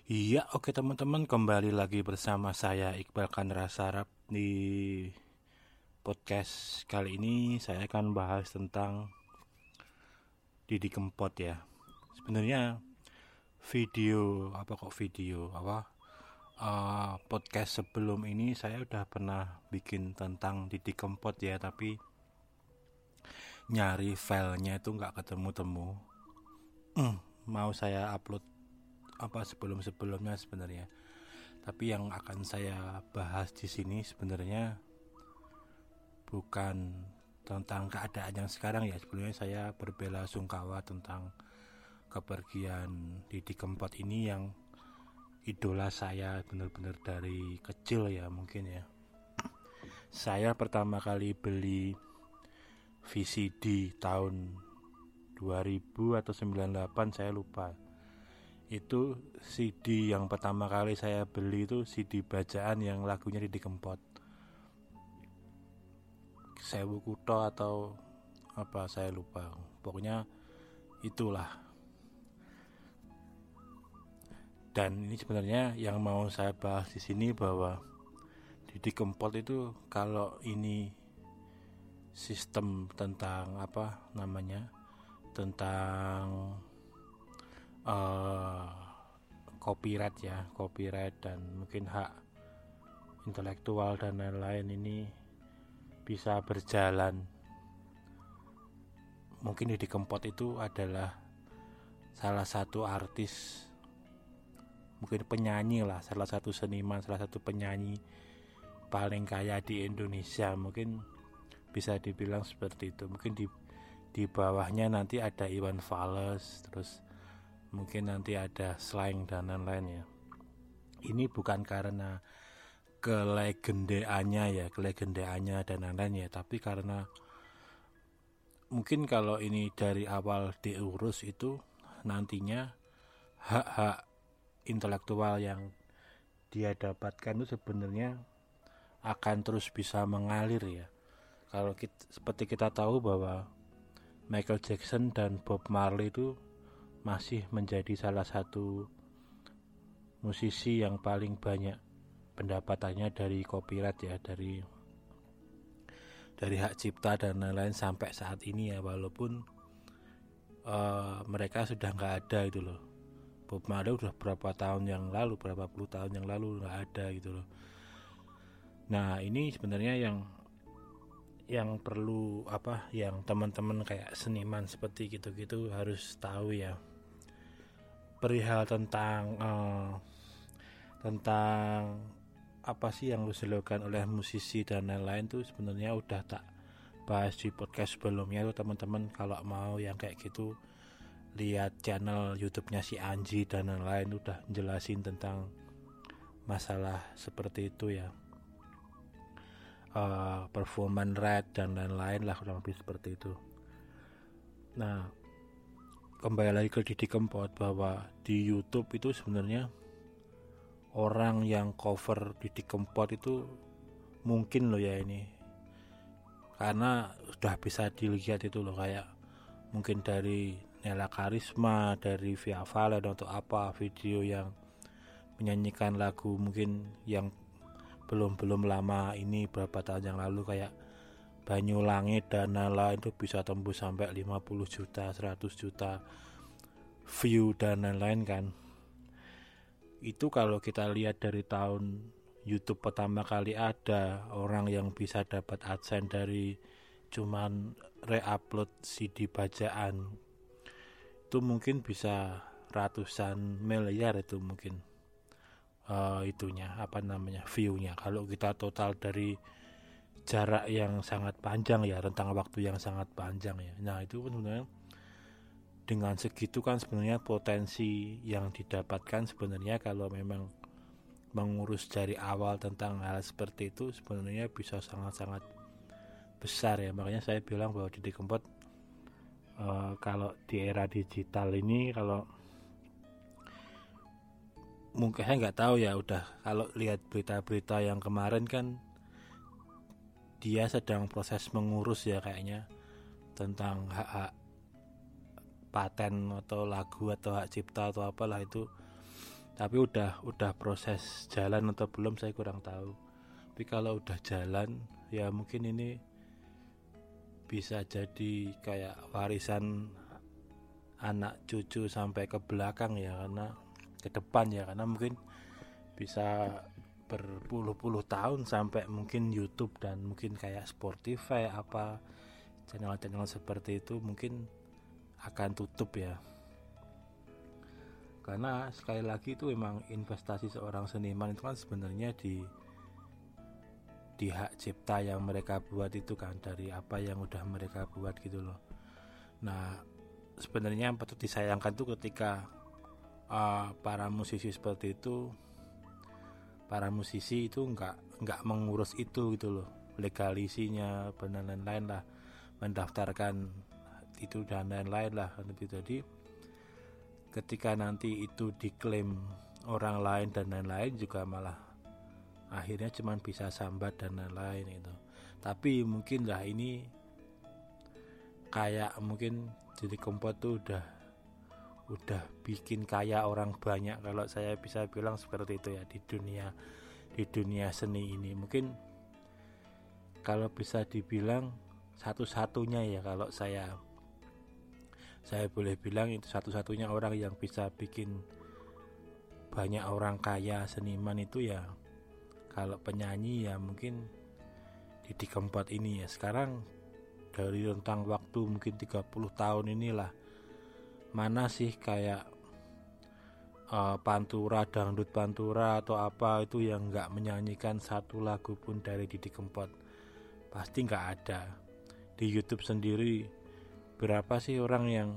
Iya, oke teman-teman, kembali lagi bersama saya Iqbal Kandra Sarap di podcast kali ini. Saya akan bahas tentang Didi Kempot ya. Sebenarnya podcast sebelum ini saya udah pernah bikin tentang Didi Kempot ya, tapi nyari filenya itu nggak ketemu-temu. Mau saya upload sebelum-sebelumnya sebenarnya. Tapi yang akan saya bahas di sini sebenarnya bukan tentang keadaan yang sekarang ya. Sebelumnya saya berbela sungkawa tentang kepergian Didi Kempot ini yang idola saya benar-benar dari kecil ya mungkin ya. Saya pertama kali beli VCD tahun 2000 atau 98 saya lupa. Itu CD yang pertama kali saya beli itu CD bacaan yang lagunya Didi Kempot. Sewu Kutho atau apa saya lupa. Pokoknya itulah. Dan ini sebenarnya yang mau saya bahas di sini bahwa Didi Kempot itu kalau ini sistem tentang tentang copyright dan mungkin hak intelektual dan lain-lain ini bisa berjalan. Mungkin Didi Kempot itu adalah salah satu artis, mungkin penyanyi lah, salah satu seniman, salah satu penyanyi paling kaya di Indonesia. Mungkin bisa dibilang seperti itu. Mungkin di bawahnya nanti ada Iwan Fals, terus mungkin nanti ada Slank dan lain-lain ya. Ini bukan karena kelegendaannya dan lain-lain ya, tapi karena mungkin kalau ini dari awal diurus itu nantinya hak-hak intelektual yang dia dapatkan itu sebenarnya akan terus bisa mengalir ya. Kalau seperti kita tahu bahwa Michael Jackson dan Bob Marley itu masih menjadi salah satu musisi yang paling banyak pendapatannya dari copyright ya, dari hak cipta dan lain-lain sampai saat ini ya, walaupun mereka sudah nggak ada itu loh. Bob Marley udah berapa puluh tahun yang lalu nggak ada gitu loh. Nah ini sebenarnya yang perlu yang teman-teman kayak seniman seperti gitu-gitu harus tahu ya, perihal tentang apa sih yang dilakukan oleh musisi dan lain-lain tuh sebenarnya udah tak bahas di podcast sebelumnya tuh teman-teman. Kalau mau yang kayak gitu lihat channel YouTube-nya si Anji dan lain-lain, udah jelasin tentang masalah seperti itu ya, performance rate dan lain-lain lah, kurang lebih seperti itu. Nah kembali lagi ke Didi Kempot, bahwa di YouTube itu sebenarnya orang yang cover Didi Kempot itu mungkin loh ya ini, karena sudah bisa dilihat itu loh, kayak mungkin dari Nela Karisma, dari Via Valen atau apa video yang menyanyikan lagu mungkin yang belum lama ini, berapa tahun yang lalu, kayak Banyulangit dan lain-lain itu bisa tembus sampai 50 juta, 100 juta view dan lain-lain kan. Itu kalau kita lihat dari tahun YouTube pertama kali ada orang yang bisa dapat AdSense dari cuman re-upload CD bacaan, itu mungkin bisa ratusan miliar itu mungkin viewnya. Kalau kita total dari jarak yang sangat panjang ya, rentang waktu yang sangat panjang ya. Nah itu kan sebenarnya dengan segitu kan sebenarnya potensi yang didapatkan sebenarnya kalau memang mengurus dari awal tentang hal seperti itu sebenarnya bisa sangat-sangat besar ya. Makanya saya bilang bahwa Didi Kempot kalau di era digital ini, kalau mungkin saya nggak tahu ya, udah kalau lihat berita-berita yang kemarin kan dia sedang proses mengurus ya kayaknya tentang hak paten atau lagu atau hak cipta atau apalah itu Tapi udah proses jalan atau belum saya kurang tahu. Tapi kalau udah jalan ya mungkin ini bisa jadi kayak warisan anak cucu sampai ke belakang ya, karena ke depan ya, karena mungkin bisa berpuluh-puluh tahun sampai mungkin YouTube dan mungkin kayak Spotify apa channel-channel seperti itu mungkin akan tutup ya. Karena sekali lagi itu memang investasi seorang seniman itu kan sebenarnya di hak cipta yang mereka buat itu kan, dari apa yang udah mereka buat gitu loh. Nah sebenarnya yang patut disayangkan tuh ketika para musisi seperti itu, para musisi itu nggak mengurus itu gitu loh, legalisinya dan lain-lain lah, mendaftarkan itu dan lain-lain lah gitu. Jadi ketika nanti itu diklaim orang lain dan lain-lain juga malah akhirnya cuma bisa sambat dan lain-lain itu. Tapi mungkin lah ini kayak mungkin Didi Kempot tuh udah bikin kaya orang banyak, kalau saya bisa bilang seperti itu ya, di dunia seni ini. Mungkin kalau bisa dibilang satu-satunya ya, kalau saya boleh bilang itu satu-satunya orang yang bisa bikin banyak orang kaya seniman itu ya, kalau penyanyi ya mungkin Didi Kempot ini ya. Sekarang dari rentang waktu mungkin 30 tahun inilah, mana sih kayak pantura, dangdut pantura atau apa itu yang gak menyanyikan satu lagu pun dari Didi Kempot? Pasti gak ada. Di YouTube sendiri berapa sih orang yang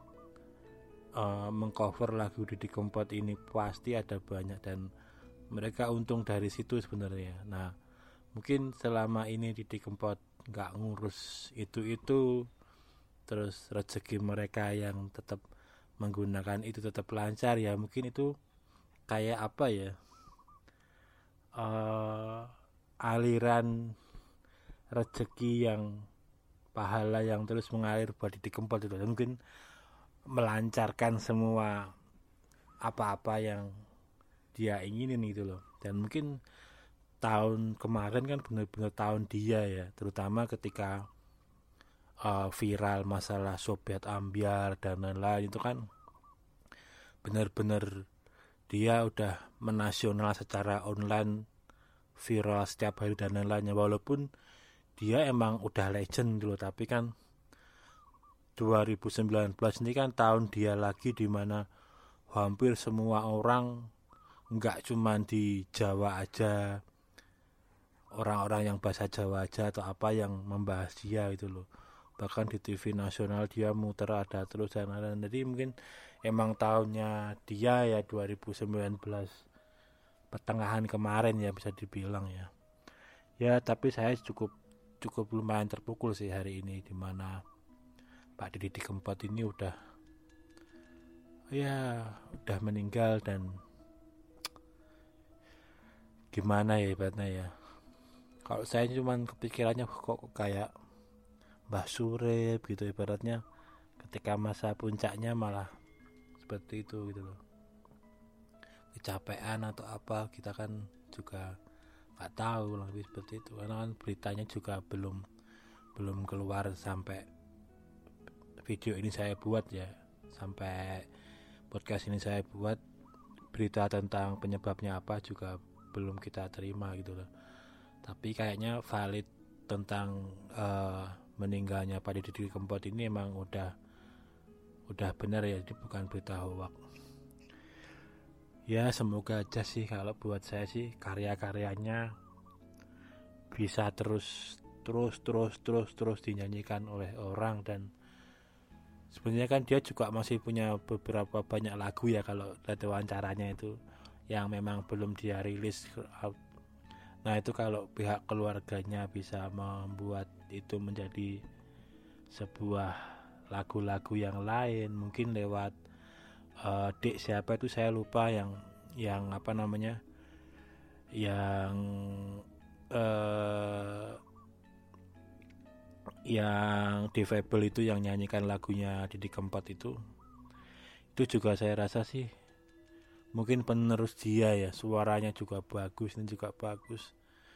mengcover lagu Didi Kempot ini? Pasti ada banyak, dan mereka untung dari situ sebenarnya. Nah mungkin selama ini Didi Kempot nggak ngurus itu, terus rezeki mereka yang tetap menggunakan itu tetap lancar ya, mungkin itu kayak apa ya, aliran rezeki yang pahala yang terus mengalir buat Didi Kempot itu, mungkin melancarkan semua apa-apa yang dia inginin gitu loh. Dan mungkin tahun kemarin kan benar-benar tahun dia ya, terutama ketika viral masalah Sobat Ambyar dan lain-lain itu kan benar-benar dia udah menasional secara online, viral setiap hari dan lain-lainnya. Walaupun dia emang udah legend dulu, tapi kan 2019 ini kan tahun dia lagi, dimana hampir semua orang, nggak cuma di Jawa aja, orang-orang yang bahasa Jawa aja atau apa yang membahas dia itu loh. Bahkan di TV nasional dia muter ada terus dan lain-lain. Jadi mungkin emang tahunnya dia ya 2019 pertengahan kemarin ya, bisa dibilang ya. Ya tapi saya cukup lumayan terpukul sih hari ini, dimana Pak Didi Kempot ini udah meninggal. Dan gimana ya ibaratnya ya, kalau saya cuman kepikirannya kok kayak Mbah Surip gitu ibaratnya, ketika masa puncaknya malah seperti itu gitu loh, kecapean atau apa, kita kan juga nggak tahu lebih seperti itu, karena kan beritanya juga belum keluar sampai video ini saya buat ya, sampai podcast ini saya buat, berita tentang penyebabnya apa juga belum kita terima gitu loh. Tapi kayaknya valid tentang meninggalnya Pak Didi Kempot ini emang udah benar ya, jadi bukan berita hoax. Ya semoga aja sih, kalau buat saya sih karya-karyanya bisa terus dinyanyikan oleh orang. Dan sebenarnya kan dia juga masih punya beberapa banyak lagu ya, kalau lihat wawancaranya itu yang memang belum dia rilis. Nah itu kalau pihak keluarganya bisa membuat itu menjadi sebuah lagu-lagu yang lain, mungkin lewat dek siapa itu saya lupa, yang apa namanya, yang difabel itu yang nyanyikan lagunya Didi Kempot itu juga saya rasa sih mungkin penerus dia ya, suaranya juga bagus, ini juga bagus,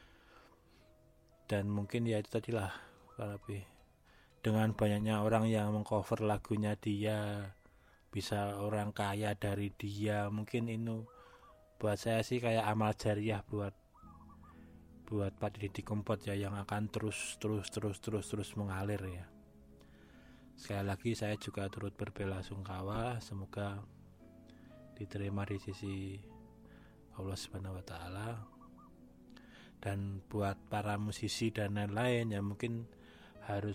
dan mungkin ya itu tadilah, lebih dengan banyaknya orang yang mengcover lagunya dia, bisa orang kaya dari dia. Mungkin itu buat saya sih kayak amal jariah buat Pak Didi Kempot ya, yang akan terus mengalir ya. Sekali lagi saya juga turut berbelasungkawa, semoga diterima di sisi Allah Subhanahu wa taala. Dan buat para musisi dan lain-lain yang mungkin harus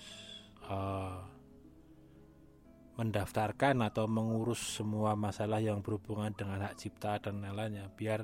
mendaftarkan atau mengurus semua masalah yang berhubungan dengan hak cipta dan lain-lainnya, biar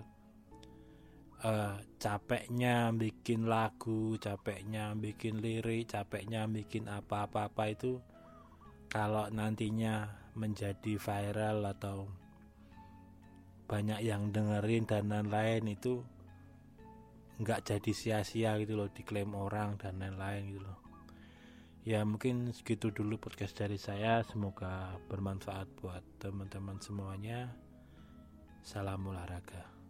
capeknya bikin lagu, capeknya bikin lirik, capeknya bikin apa-apa itu, kalau nantinya menjadi viral atau banyak yang dengerin dan lain-lain, itu nggak jadi sia-sia gitu loh, diklaim orang dan lain-lain gitu loh. Ya mungkin segitu dulu podcast dari saya, semoga bermanfaat buat teman-teman semuanya. Salam olahraga.